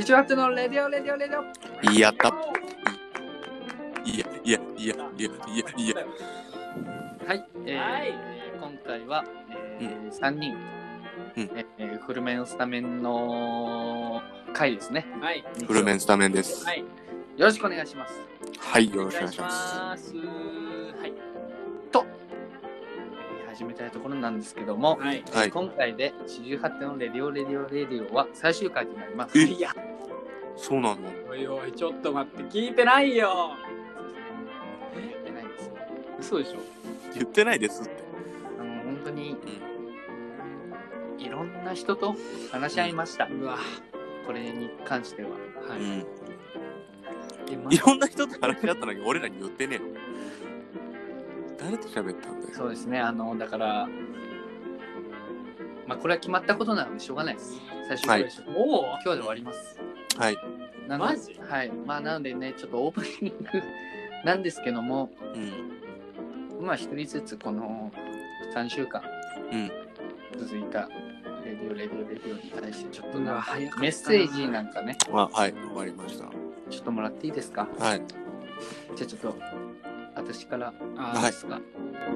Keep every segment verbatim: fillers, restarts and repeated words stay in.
じゅうはちのレディオレディオレディオ。 やった。いやいやいやいやいやいや。 はい、えーはい、 今回は、えーうん、 さんにん、 うんえー、フルメンスタメンの回ですね。 はい。 フルメンスタメンです。 はい。 よろしくお願いします。 はい、よろしくお願いします。はい。 と、えー始めたいところなんですけども、 はい。 す。はい。 今回でよんじゅうはちのレディオレディオレディオは最終回となります。 えいや、 そうなの？ おいおい、ちょっと待って、聞いてないよ。 言ってないです。 嘘でしょ。 言ってないですって。 あの本当にうん。 いろんな人と話し合いました。 うわ。 これに関しては。 はい。 うん。 え、まいろんな人と話し合ったのに俺らに言ってねえの。誰と喋ったんだよ。 そうですね。あのだから、まあこれは決まったことなのでしょうがないです。最終回でしょ。 もう今日で終わります。 はい。 なのでマジはい。まあなのでね、ちょっとオープニングなんですけども、 うん。 まあ一人ずつこのさんしゅうかんうん。 続いたレディオレディオレディオに対してちょっとうなんかわ早かったなメッセージなんかね、 あ、はい。終わりました。 ちょっともらっていいですか？ はい。 じゃあちょっと私からあはいですが、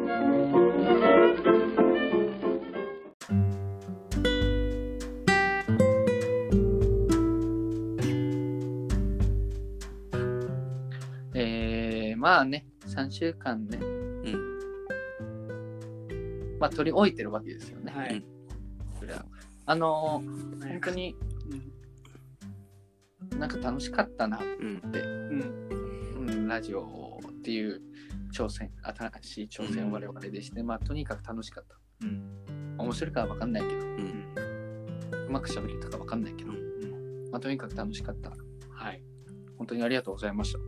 えー、まあね、さんしゅうかんね、 うん。 まあ取り置いてるわけですよね。 はい。 それはあのー、本当になんか楽しかったなっうん。 て、 うん。 うん、ラジオっていう挑戦、新しい挑戦を我々でして、まあとにかく楽しかった。 うん。 面白いかは分かんないけど、 うん。 うまく喋れたか分かんないけど、まあとにかく楽しかった。 はい。 本当にありがとうございました。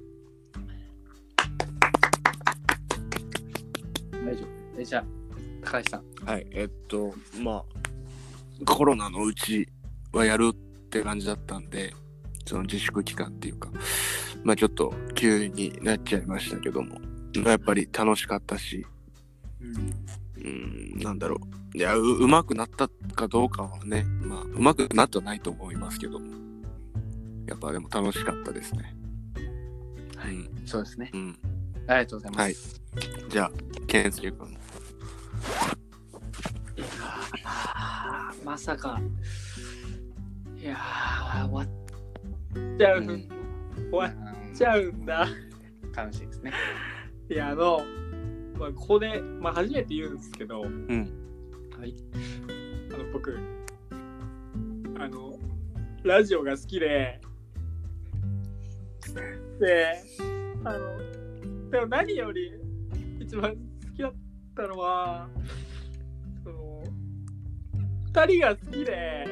大丈夫。えじゃあ、高橋さん。 はい。えっと、まあ、コロナのうちはやるって感じだったんで、その自粛期間っていうか、まあちょっと急になっちゃいましたけども、やっぱり楽しかったし、うーん、なんだろう。いや、う、うまくなったかどうかはね、まあ、うまくなってはないと思いますけども、やっぱでも楽しかったですね。はい。 そうですね。 うん。 ありがとうございます。 はい。じゃあ、健介君。 いやーまさか。いやー、終わっちゃう。 うん終わっうんちゃうんだ。 楽しいですね。 いや、あの、まあ、ここで、まあ、初めて言うんですけど、 うん。 はい。 あの、僕、あの、ラジオが好きで、で、あの、でも何より一番好きだったのは、その、二人が好きで、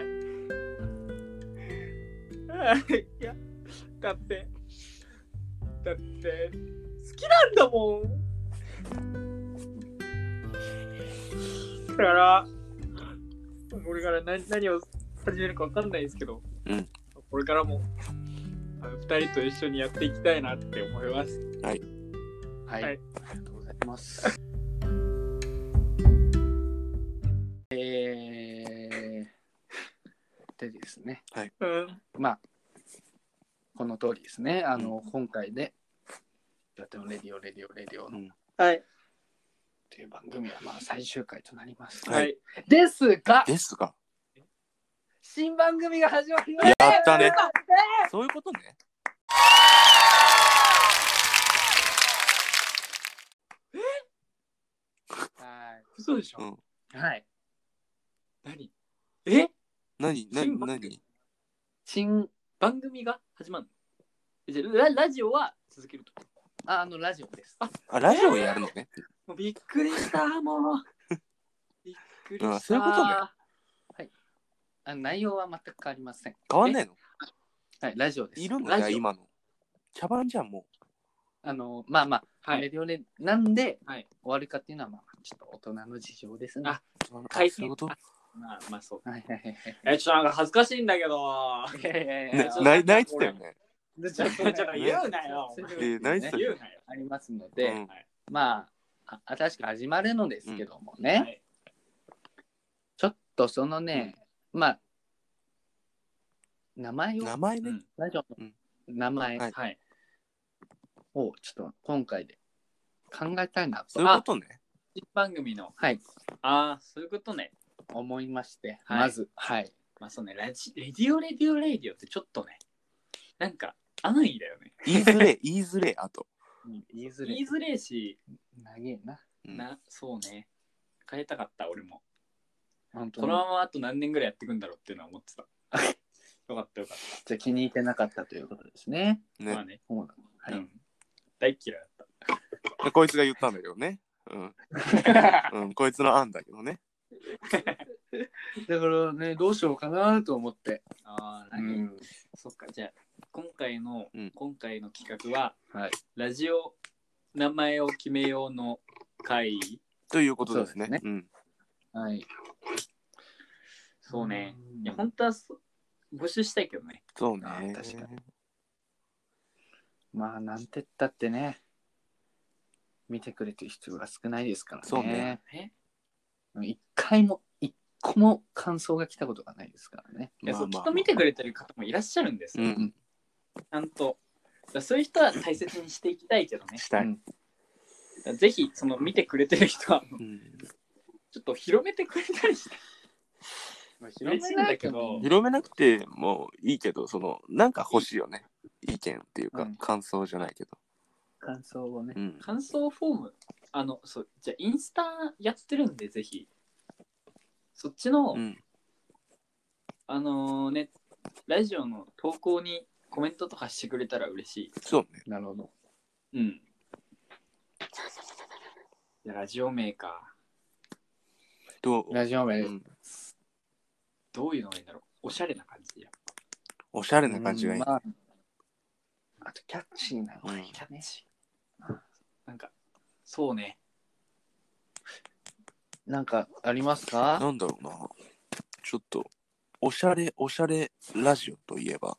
いや、だって、だって、好きなんだもん。だから、これから何何を始めるか分かんないですけど、 うん。 これからもあのふたりと一緒にやっていきたいなって思います。 はい。 はいありがとうございます。えー、でですね。 うん。 まあ、この通りですね。あの、うん、今回で、レディオ、レディオ、レディオの、うん、 はい。 という番組はまあ最終回となります。 はい。 ですが、 ですが、 新番組が始まりました。やったね。そういうことね。 え？はい。 嘘でしょ？ うん。 はい。 何？え？ 何？何？何？ 新番組が始まるの？じゃあ ラ, ラジオは続けると。 あ、あのラジオです。 あ、あラジオやるのね。 もうびっくりしたもう。びっくりした。 あ、そういうことね。 はい。あ、内容は全く変わりません。 変わんないの？ はい、ラジオです。 いるんだよ今の。茶番じゃんもう。 あのまあまあ、はい、レディオレなんで、はい、終わるかっていうのはまあちょっと大人の事情ですね。 あ、回数こと。まあまあそう。はいはいはい。え、ちょっとなんか恥ずかしいんだけど。 いやいやいや。 泣いてたよね。 ちょっと言うなよ。 え、泣いてたよ。 ありますので、うん、まあ新しく始まるのですけどもね。うんはい、ちょっとそのね、うん、まあ名前を、 名前ね。 うんラジオの名前はいはい。 をちょっと今回で考えたいなと、 そういうことね。 新番組の、 はい、 ああ、そういうことね。 思いまして、 はいまず、はい。 まあそうね、ラジレディオレディオレディオってちょっとね、なんか安易だよね。 言いづれ、言いづれ、あと。 うん言いづれ言いづれえし、 長えな。 うんな、そうね。変えたかった、俺も。 本当にこのままあと何年ぐらいやっていくんだろうっていうのは思ってた。よかったよかっじゃあ気に入ってなかったということですね。 た。まあね。 ね、 そうなのはい。 うん。大っ嫌いだっでこいつが言ったんだけどね。うん。 た。 うん、こいつの案だけどね。 だからね、どうしようかなと思って。 ああ、 う何、 ん。 そっか、じゃあ、今回の、 うん今回の企画は、 はい。 ラジオ名前を決めようの会。 ということですね。 そうですうん。 はい。 そうね。 うんいや、本当はそ募集したいけどね。 そうね。 あ確かにまあ、なんて言ったってね、見てくれてる人が少ないですからね。 そうねえ一回も、一個も感想が来たことがないですからね。 いや、そう、 まあまあきっと見てくれてる方もいらっしゃるんですよ。 うん。 ちゃんと。だからそういう人は大切にしていきたいけどね。 したい。 うんだからぜひ、その見てくれてる人は、 うん。 ちょっと広めてくれたりして。 まあ嬉しいんだけど広めなくてもいいけど、その、なんか欲しいよね。意見っていうか、 うん感想じゃないけど。 感想をねう。ん。 感想フォーム、あの、そう、じゃあインスタやってるんで、ぜひ、そっちの、 うん。 あのーね、ラジオの投稿にコメントとかしてくれたら嬉しい。 そうね。 なるほど。 うん。いやラジオ名か。 どうラジオ名、 うん。 どういうのがいいんだろう。おしゃれな感じや。 おしゃれな感じがいい。 うんまあ、あとキャッチーなのがいいキャッね。 チ。なんか、そうね。 なんかありますか？ なんだろうな。ちょっと、おしゃれ、おしゃれラジオといえば。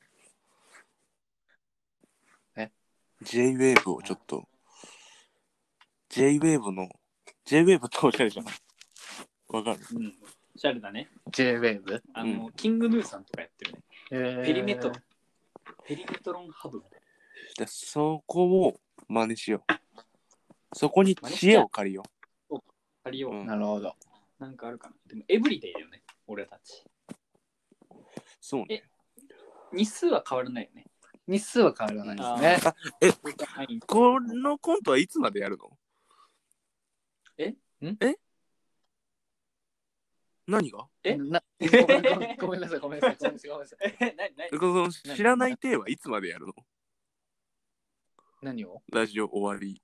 え ?J-ウェーブ をちょっと、J-ウェーブ の、J-ウェーブ っておしゃれじゃないわかるうん。おしゃれだね。 J-ウェーブ。 あの、 うんキングヌーさんとかやってるね。 えーペリメトロン。ペリメトロンハブみたいでそこを真似しよう。そこに知恵を借りよな。借りよう。 うんなるほど。 なんかあるかな。でも、エブリデイだよね。俺たち。 う。そうね。 日数は変わらないよね。 日数は変わらないですね。 え、 はい。 このコントはいつまでやるの？ えんえ何が？ えなごめんごめんごめんなさい、ごめんなさい、ごめんなさい、ごめんなさい。 え、なになにこの知らない体はいつまでやるの？ 何をラジオ終わり。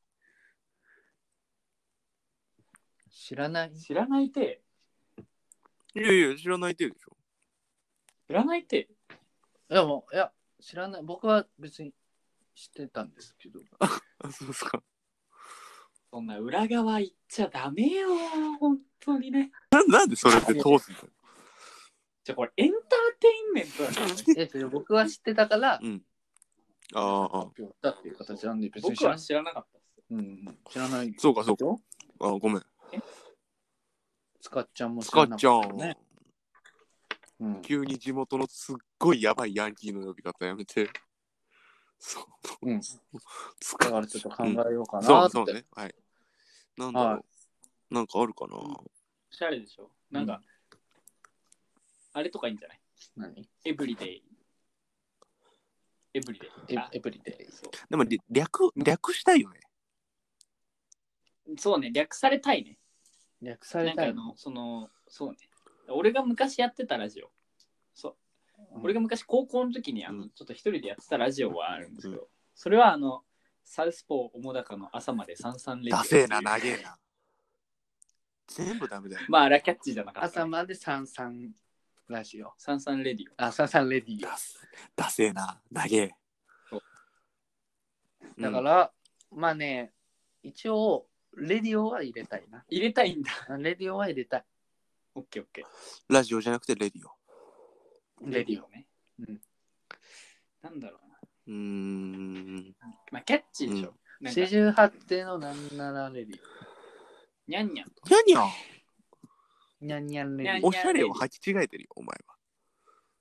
知らない。 知らないて。 いやいや、知らない体でしょ。 知らないて。 いやもう、いや、知らない。僕は別に知ってたんですけど。 あ、そうですか。 そんな裏側言っちゃダメよ。本当にね。 ななんでそれって通すんだよ。 じゃあこれエンターテインメントだからね。 え、それ僕は知ってたから、 うん。ああ、あ発表したっていう形なんで、別に知僕らんは知らなかったっす。 うん、知らない。 そうかそうか。あ、ごめん。 スカッちゃんも知スカらなッちゃん、 かったね。うん。 急に地元のすっごいやばいヤンキーの呼び方やめて。そう。 うん。 スだからちょっと考えようかそなって。 うそうね。はい。なんだろう。 はなんかあるかな。 おしゃれでしょ。なんか、あれとかいいんじゃない？ 何エブリデイ。エブリデイ。 エあエブリデイ。 そでもり略、略したいよね。 うそうね、略されたいね。 略されたいなんかあの、その、そうね。俺が昔やってたラジオ。そう。俺が昔高校の時にあの、 うんちょっと一人でやってたラジオはあるんですけど、 うそれはあの、サウスポー澤高の朝まで三三レディオダセえな、長えな。全部ダメだよ。 まあ、あれはキャッチーじゃなかった、 朝まで三三ラジオ。 三三レディオ。 あ、三三レディダスダセえな、長え。 そうオ。だから、まあね、一応、レディオは入れたいな。 入れたいんだ。 レディオは入れたい。 オッケーオッケー。 うんラジオじゃなくてレディオ。 レディオ。 ね。 うん。 なんだろうな。 うーん。 まあ、キャッチーでしょ。なんか四十八手のなんならレディにゃんにゃんと。 にゃにゃん。 オ。にゃんにゃんレディにゃんオ。 おしゃれを履き違えてるよ、お前は。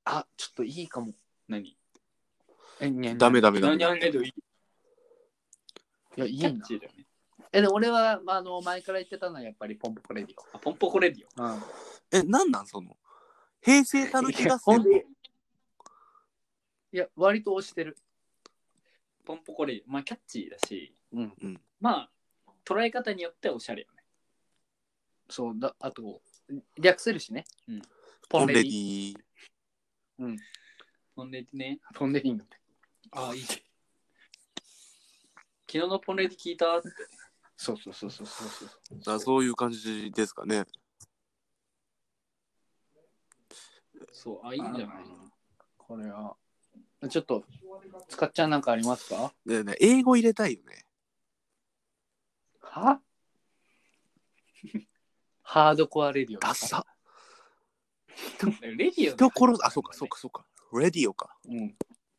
あ、ちょっといいかも。 何え、にゃんダメダメダメ。 ニャンレディオいい。 いや、いいキャッな。 チーだよね。 え、で俺は、あの、前から言ってたのはやっぱりポンポコレディあ、ポンポコレディオ。 オ。うん。 え、なんなんその平成たぬき合戦ほんでいや、割と推してる。 ポンポコレディオ。まあキャッチーだし、 うん。 うん。 まあ捉え方によってはおしゃれよね。 そうだ、あと、略せるしね。 うん。 ポンレデポンレディ。 ィー。 うん。 ポンレディね。 ポンレディングって。 ああ、いいね。昨日のポンレディ聞いたって。 そうそうそうそうそうそう。 あ、そういう感じですかね。 そう、あ、いいんじゃない？ これは。ちょっと、使っちゃうなんかありますか？ でね、英語入れたいよね。 はハードコアレディオ。 ダッサ。 レディオ人殺す。あ、そうかそうかそうか。レディオか。 うん。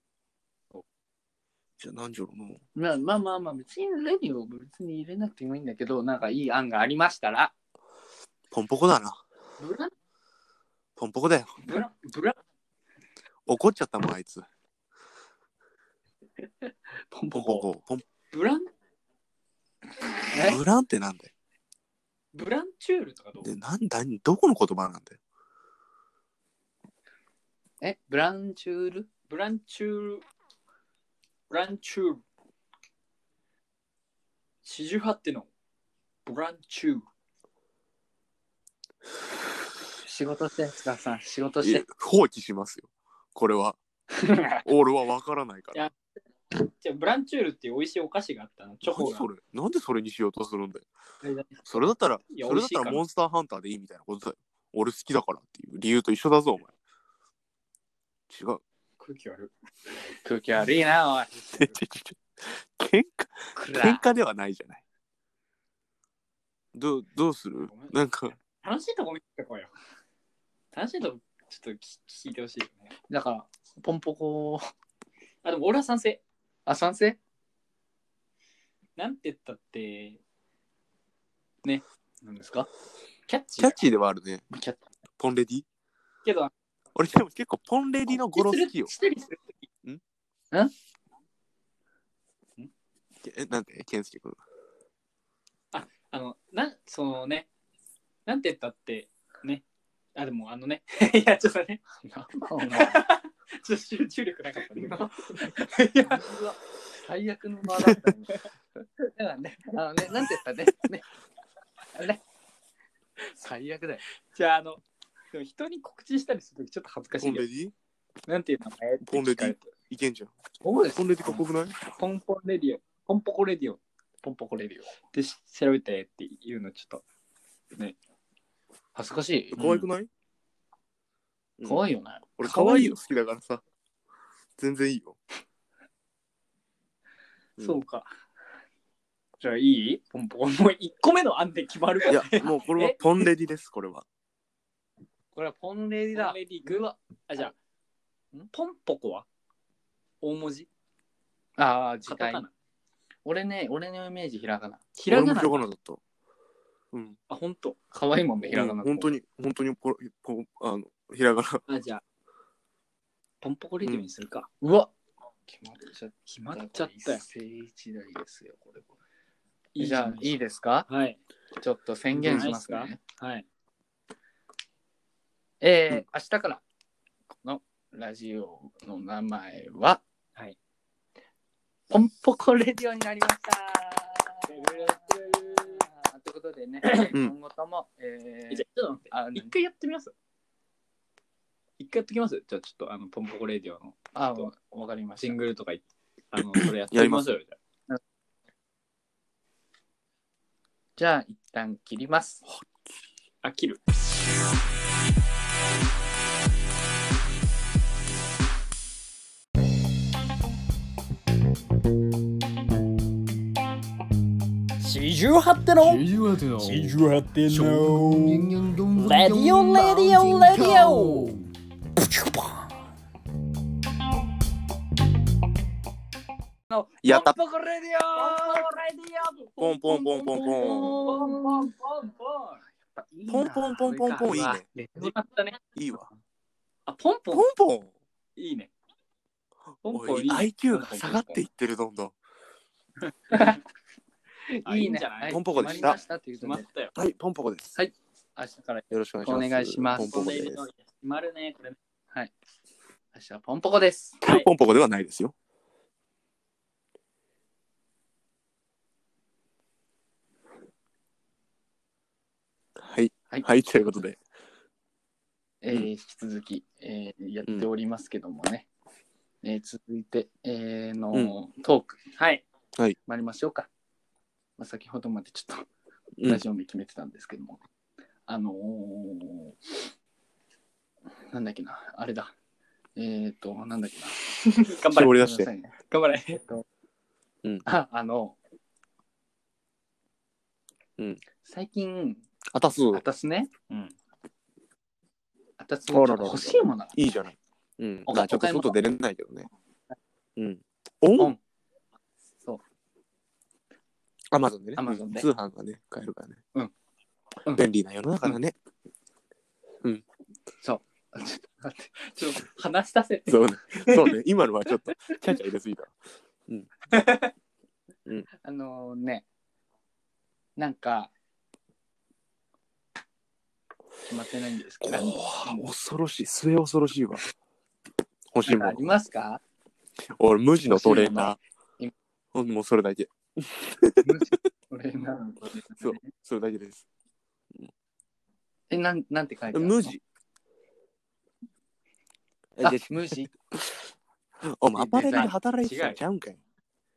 じゃあ何時ろのまあまあまあまあ、別にレディオ別に入れなくてもいいんだけど、なんかいい案がありましたら。 ポンポコだな。 ブランポンポコだよ。 ブランブラン怒っちゃったもん、あいつ。 ポンポポコ。 ンポコ。ポンブランえブランってなんだよ。 ブランチュールとかどう？ で、なんだ、どこの言葉なんだよ。 えブランチュールブランチュールブランチュール四十八ってのブランチュール仕事して、塚さん、仕事いやして。 放棄しますよ。これは。俺は分からないから。 いやじゃあブランチュールっていう美味しいお菓子があったの。チョコが何それなんでそれにしようとするんだよ。 あれだねそれだったら、 いやそれだったらモンスターハンターでいいみたいなことだよ。俺好きだからっていう理由と一緒だぞ、お前。違う。 空気悪い。 空気悪いな、おい。 ちょちょちょ喧嘩、喧嘩ではないじゃない。どう、どうするなんか、 楽しいとこ見てこいよ。楽しいとこちょっと聞いてほしいよね。 だから、ポンポコ。 あ、でも俺は賛成。 あ、賛成？ なんて言ったって何ですか？ キャッチー。 キャッチーではあるね。 キャッポンレディけど、 俺でも結構ポンレディの語呂好きよ。 したりするとき。 え、なんでケンスケ君。 あ、あの、な、そのね、なんて言ったってね。あ、でもあのね。いや、ちょっとね。 お前ちょっと集中力なかったね。いや、 最悪の間だったね。だからね、あのね、なんて言ったね。ね。あれね。最悪だよ。 じゃあ、あの、でも人に告知したりするときちょっと恥ずかしいよポンレ。ディなんていう名前ってポンレディ聞かれていけんじゃん。 そうです。 ポンレディかっこよくないポンポンレディオ、ポンポコレディオポンポコレディオ。 で調べてっていうのちょっとね。 恥ずかしい。 可愛くない、うん可愛いよね。 俺可愛いの好きだからさ。全然いいよ。うんそうか。じゃあいいポンポコ。もういっこめの案で決まるかいらや、もうこれはポンレディです、これは。 これはポンレディだ。 ポンレディ行くわ。あ、じゃあ、ポンポコは大文字ああ、次回カタカ。ナ。 俺ね、俺のイメージひらがな。 ひらがな俺もひら。がなだった。うん。 あ、ほんと。 可愛いもんね、ひらがな。 うん本当に、本当にポポあの、ひらがな。 あ、じゃあ、ポンポコレディオにするか。 うわ決まっちゃっ決まっちゃったよ。 一世一代ですよ、これ。 いいじゃあ、いいですか？ はい。 ちょっと宣言しますいいでね。 はい。 えー、明日からこのラジオの名前は、 はい。 ポンポコレディオになりましたということでね、 うん今後とも、えーえじゃあちょっと待って。 あ一回やってみます一回やってきますじゃあちょっとあのポンポコレディオのあ、わわかりました。 ジングルとかいあのそれやってみましょうよ。じゃじゃあ、一旦切ります。 あ、あ切る。 四十八っての四十八ってのレディオレディオレディオプチュパンやった。 ポンポコレディオポンポンポンポンポン。 ポンポンポンポンポンポンポンポンいいね。 レディオだったね。 いいわ。 あ、ポンポンポンポンいいね。ポンおいポンいいね。 アイキュー が下がっていってるどんどん。 いいね。 あいいんじゃないはいポンポコでした決まりましたということで、 決まったよ。 はい、ポンポコです。 はい明日からよろしくお願いします。 お願いしますポンポコです。 決まるね、これ。 はい。明日はポンポコです。 はいポンポコではないですよ。はい、 はいはい、ということで。うんえー引き続き、えーやっておりますけどもね。えー続いて、えーの、トーク、 はい。 参りましょうか。まあ、先ほどまでちょっとうんラジオ名決めてたんですけども、あのー、なんだっけな、あれだ。えっ、ー、と、なんだっけな。 頑張れ。 絞り出して。 ごめんなさいね頑張れ。 えっと、 うんあ、あの、 うん最近、 あたす。 あたすね、 うん。 あたすちょっと欲しいものがいいじゃない。うん。 おまあちょっとお買い物外出れないけどね。うん。オンオン。そう。 アマゾンでね。 Amazon で通販がね、買えるからね。 うんうん便利な世の中だね。 そう。ちょっと待って、ちょっと話させて。 そうね。そうね。今のはちょっと、ちゃちゃ入れすぎた。 あのね、なんか、決まってないんですけど、 こう恐ろしい。末恐ろしいわ。欲しいもの。 なんかありますか？ 俺、無地のトレーナ欲しいー。ほんもうそれだけ。 これなんかそうそれだけです。 え、なん、なんて書いてあるの？ 無地。えあじゃ、 無地。 お前アパレルで働いてたんちゃうんかい。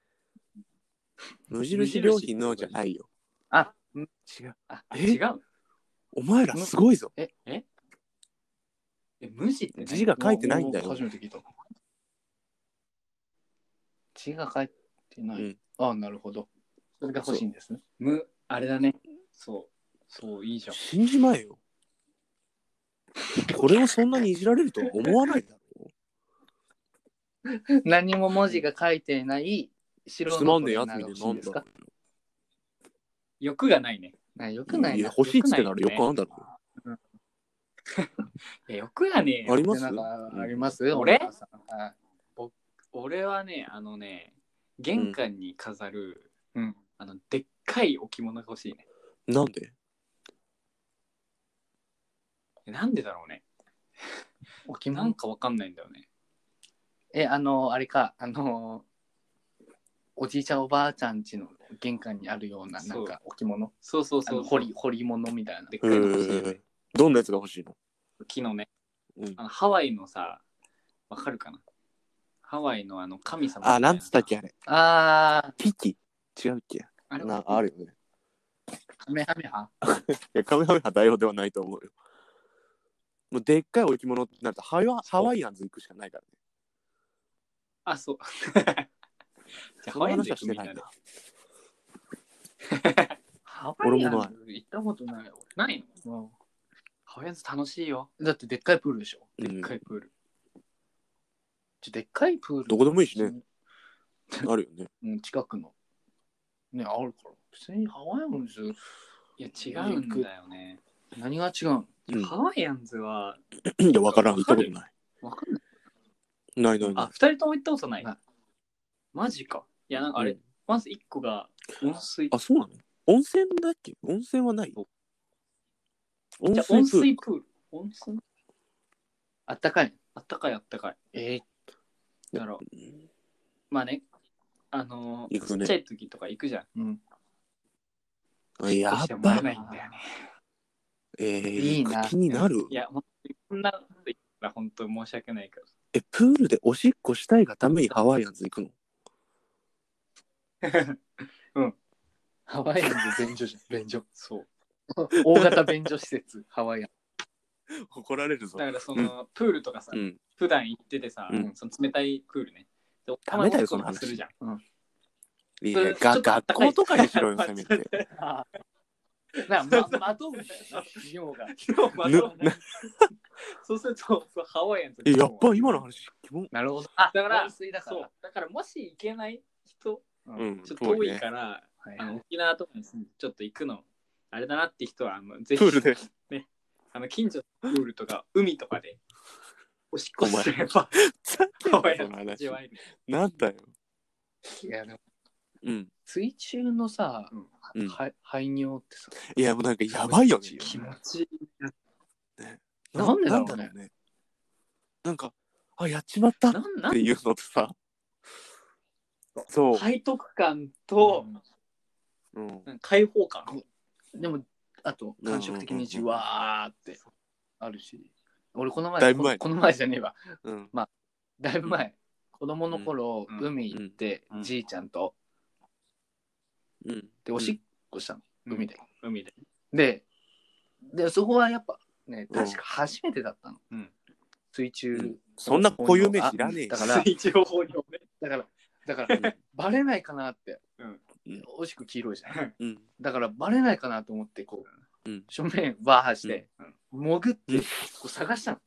無印良品のじゃないよ。 あ、 違う。 あ、 え違う。 お前らすごいぞ。 え、ええ、無地ってね字が書いてないんだよもう初めて聞いた。字が書いてない。 うんあ、なるほど。それが欲しいんですね。無、あれだね。 そう。そう、いいじゃん。 信じまえよ。これをそんなにいじられるとは思わないだろ何も文字が書いてない白う。つのまんねえやつみたいトレーナーが欲しいなんんだですか？ 欲がないね。 なよくないいや、 な。 欲しいっつってならよくあんだろいや、欲がねえう。 よ。 ありますなんかあります俺小野さんはい俺はね、あのね、玄関に飾る、 うんあの、でっかい置物が欲しいね。 なんでえなんでだろうね。 置物なんかわかんないんだよね。 え、あの、あれか、あの、おじいちゃんおばあちゃん家の玄関にあるような、 そうなんか置物、 そうそうあのそうそう。 掘り、掘り物みたいな。 でっかいの欲しいよね。 どんなやつが欲しいの木のね、 うんあのハワイのさ、わかるかなハワイのあの神様みたいあ、なんつったっけあれ。 あキキ違うっけあれなあるよね。 ー、カメハメハいや、カメハメハ代表ではないと思うよ。もうでっかい置物ってなるとハワハワイアンズ行くしかないからね。 あ、そう。じゃあその話はハワイアンズ行くみたいしてないな。 ハワイアン俺もないズ行ったことないよ。 ないのうんハワイアンズ楽しいよ。 だってでっかいプールでしょ。 でっかいプール。 ちょでっかいプール。 どこでもいいしね。あるよね。 うん、近くの。ね、あるから。別にハワイアンズ、 いや、違うんだよね。 何が違うの？ うんハワイアンズは、 いや、わからん。行ったことない。 わかんない。 ないないなあ、二人とも行ったことない。 ないマジか。いや、なんかあれ、 うんまず一個が温水い。。あ、そうなの温泉だっけ温泉はない温じゃあ温水水プール。温水あったかい。 あったかいあったかい。 えだろう。まあね、あのー行くねちっちゃい時とか行くじゃん。 ー、うん。 あやどうしてもばらえないんだよね。 えー、 いいな気になるいや、ほんとにこんなこと言ったら本当申し訳ないけど。 え、プールでおしっこしたいがためにハワイアンズ行くのハワイアンズ便所じゃん。便所。 そう。 大型便所施設、ハワイアン。 怒られるぞだからその、プールとかさ、 うん。 普段行っててさ、 うんその冷たいプールね。でダメだよお玉その話するじゃん。 いや、 それちょっとが学校とかにしろよ、せめて。 なんか、ま、まとうんだよな、尿が。 ぬそうするとそうハワイアンズ。 え、やっぱ今の話、基本。 なるほど。あ、 だから温水だからそう。だからもし行けない人、 うん、 ちょっと遠いねから、 はいあの沖縄とかに住んでちょっと行くのあれだなって人はあのぜひプールで。 あの近所のプールとか海とかでおしっこすればさっきハワイアンの話味わえる。 なんだよ。 いやでもうん。 水中のさ、 うんは排尿ってさ、 いやもうなんかやばいよね。 気持ちいい。 なんでだろうねなんだろうね。なんかあやっちまったっなんなんていうのとさ、そう。 背徳感と、 うん。 なんか開放感。 でもあと感触的にじうんうんうんうんわーってあるし、俺この前だいぶ前ここの前じゃねえわ、 うん。 だいぶ前、子供の頃、 うん海行って、 うんじいちゃんとうん。 でおしっこしたの、海で。 海で。 ででそこはやっぱねうん確か初めてだったの、 うん水中、 うんそんな固有名詞いらねえよだから水中放尿ね。 だからだからバレないかなって、 うんおしっこ黄色いじゃん。 うん。 だからバレないかなと思ってこう、 うん正面バーして、 うん潜ってうんこう探したの。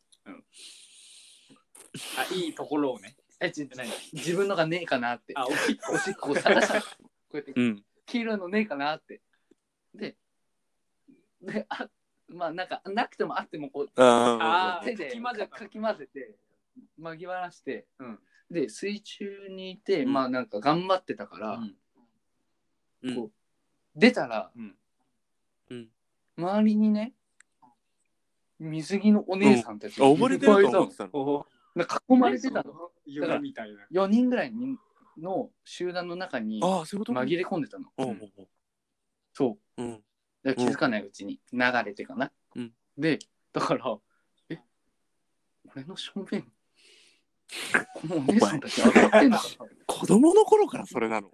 あ、いいところをね。 えち自分のがねえかなって、 あ、おしっこ。 おしっこを探したの。こうやってうん。 黄色いのねえかなって。でであまあなんかなくてもあってもこうああー手でかき混ぜたかき混ぜて紛らして、 うんで水中にいて、 うんまあなんか頑張ってたから、 うんうんこう出たら、 うんうん周りにね水着のお姉さんたちあ溺れてると思ってたの。 おなんか囲まれてたの。 夢みたいな。 よにんぐらいの集団の中にああそういうこと。 紛れ込んでたの。 うんそううんだから気づかないうちに流れてかな、 うんでだからえ俺の正面このお姉さんたち上がってんのかな子供の頃からそれなの。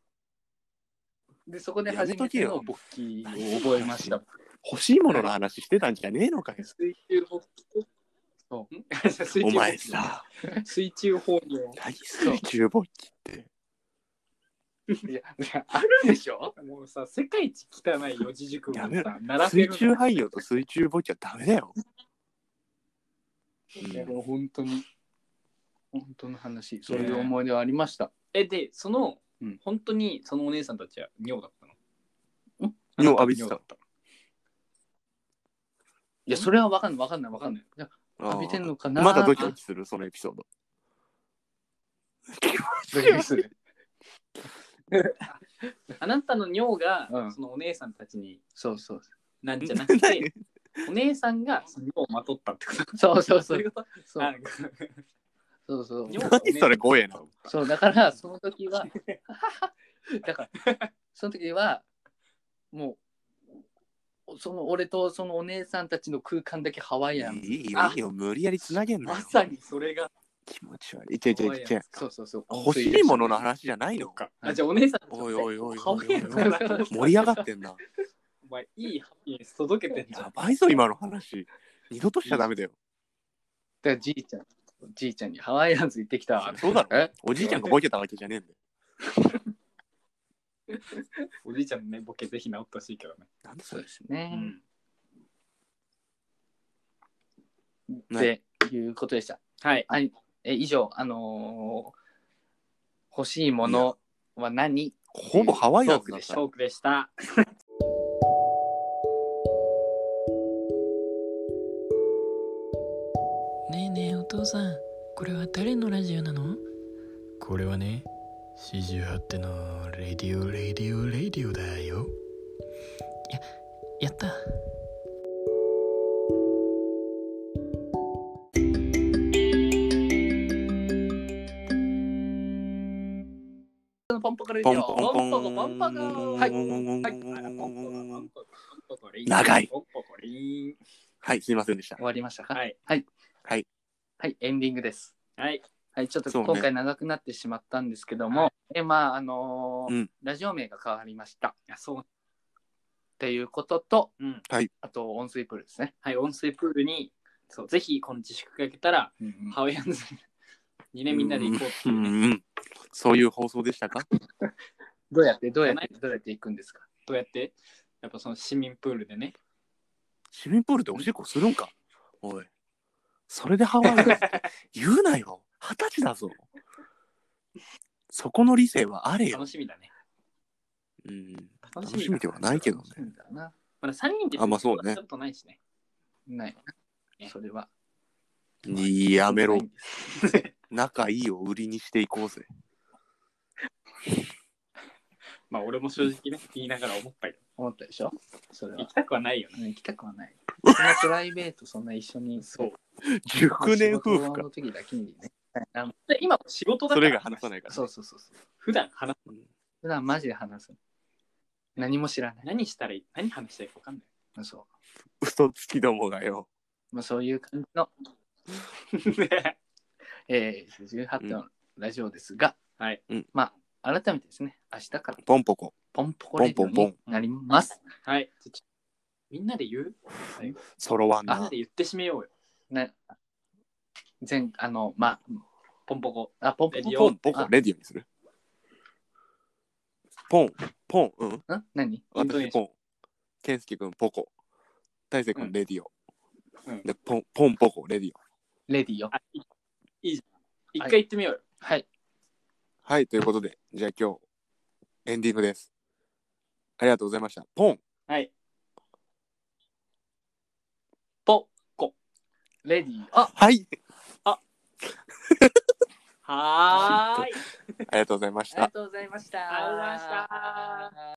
でそこで初めての勃起を覚えました。 欲しいものの話してたんじゃねえのかよ。 水中勃起と。 そうお前さ、 水中放尿。 何水中勃起って。 いやいやあるでしょ。 もうさ、世界一汚い四字熟語やめろさ、並べる水中排尿と水中勃起はダメだよ。 いやでも本当に本当の話、そういう思い出はありました。 え、で、その、 うん本当にそのお姉さんたちは尿だったの？ 尿浴びてた尿だったの。 いやそれは分かんない分かんない分かんない。いや浴びてんのかな。 まだドキドキするそのエピソード。 ドキドキする。 あなたの尿が、 うんそのお姉さんたちにそうそうなんじゃなくて、お姉さんがその尿をまとったってこと。 そうそうそうそういうこと。 そうあそうそう尿がお姉さん何それ怖えな。 そうだからその時はだからその時はもうその俺とそのお姉さんたちの空間だけハワイアン。 いいよいいよ無理やりつなげんなよ。 まさにそれが気持ち悪い。違う違う違う違う。 そうそうそう。 欲しいものの話じゃないのか。あ、じゃあお姉さんたちおいおいおいハワイアンおいおいから盛り上がってんな。 お前いいハピネス届けてんじゃん。 やばいぞ今の話。二度としちゃダメだよ。 だからじいちゃんじいちゃんにハワイアンズ行ってきた。 そうだろ。 えおじいちゃんがボケたわけじゃねえんだよ。 おじいちゃんのね、ボケぜひ治ってほしいけどね。 なんでそれそうで。すね。 ねっていうことでした。 はい。 はい。え以上あのー欲しいものは何？ ほぼハワイアンズだった。 トークでした。 ねえねえお父さん、これは誰のラジオなの？これはね、四十八手のレディオレディオレディオだよ。や、やった。 ポンポコレデポンィオ。 ポンポンポンポコポンポコはい長いポンポコリン。 はい、すいませんでした終。わりましたか？ はい。 はい。 はい、エンディングです。 はい。 はい、ちょっとそうね今回長くなってしまったんですけども、えまああのーうんラジオ名が変わりましたっいや、そう。 ていうことと、 うん。 あと温水プールですね。 はい、温水プールに、そうぜひこの自粛が明けたら、ハワイアンズにね、みんなで行こうってういうね。 んうん。そういう放送でしたか？ どうやってどうやってどうやって行くんですか？ どうやってやっぱその市民プールでね。 市民プールでおしっこするんか？おい。それでハワイアンズって言うなよ。二十歳だぞ。そこの理性はあれよ楽。しみだね。 うん。 楽楽しみではないけどね。 そうだな。 まださんにんであまあそうねちょっとないしね。 ないねそれは。 やめろない。んです仲いいを売りにしていこうぜ。 まあ俺も正直ね、言いながら思ったけど、 思ったでしょそれは行き。たくはないよね。 うん行きたくはない。そんなプライベートそんな一緒に。 そう。 熟年夫婦か仕事の。時だけにね。あので今仕事だからそれが話さないから。 そうそうそうそう。 普段話す。 うん普段マジで話す。何も知らない。 何したらいい何話したらいいか分かんない。 そ嘘つきどもがよ。 う。まあそういう感じの、 ねえー、じゅうはちのラジオですが、 はい。 まあ改めてですね、明日からポンポコ。 ポンポコレディオになります。 はい。じゃちょみんなで言うソロワンなみんなで。言ってしめようよ。 ね、前、あの、まあ、 ポンポコ。 あ、ポンポレディポンポコあレディオにする。ポンポンうん。 ん何イントネーション私ポン。ケンスケ君ポコ。大勢君レディオ。 うんでポンポンポコレディオ。 レディオ。 あいいいいじゃん。一回言ってみようよ。 はい。 はい、ということで、じゃあ今日、エンディングです。ありがとうございました。ポン。 はい。ポコ。 レディオ。あ、 はい。 はーい。 ありがとうございましたありが。とうございました。 ありがとうございました。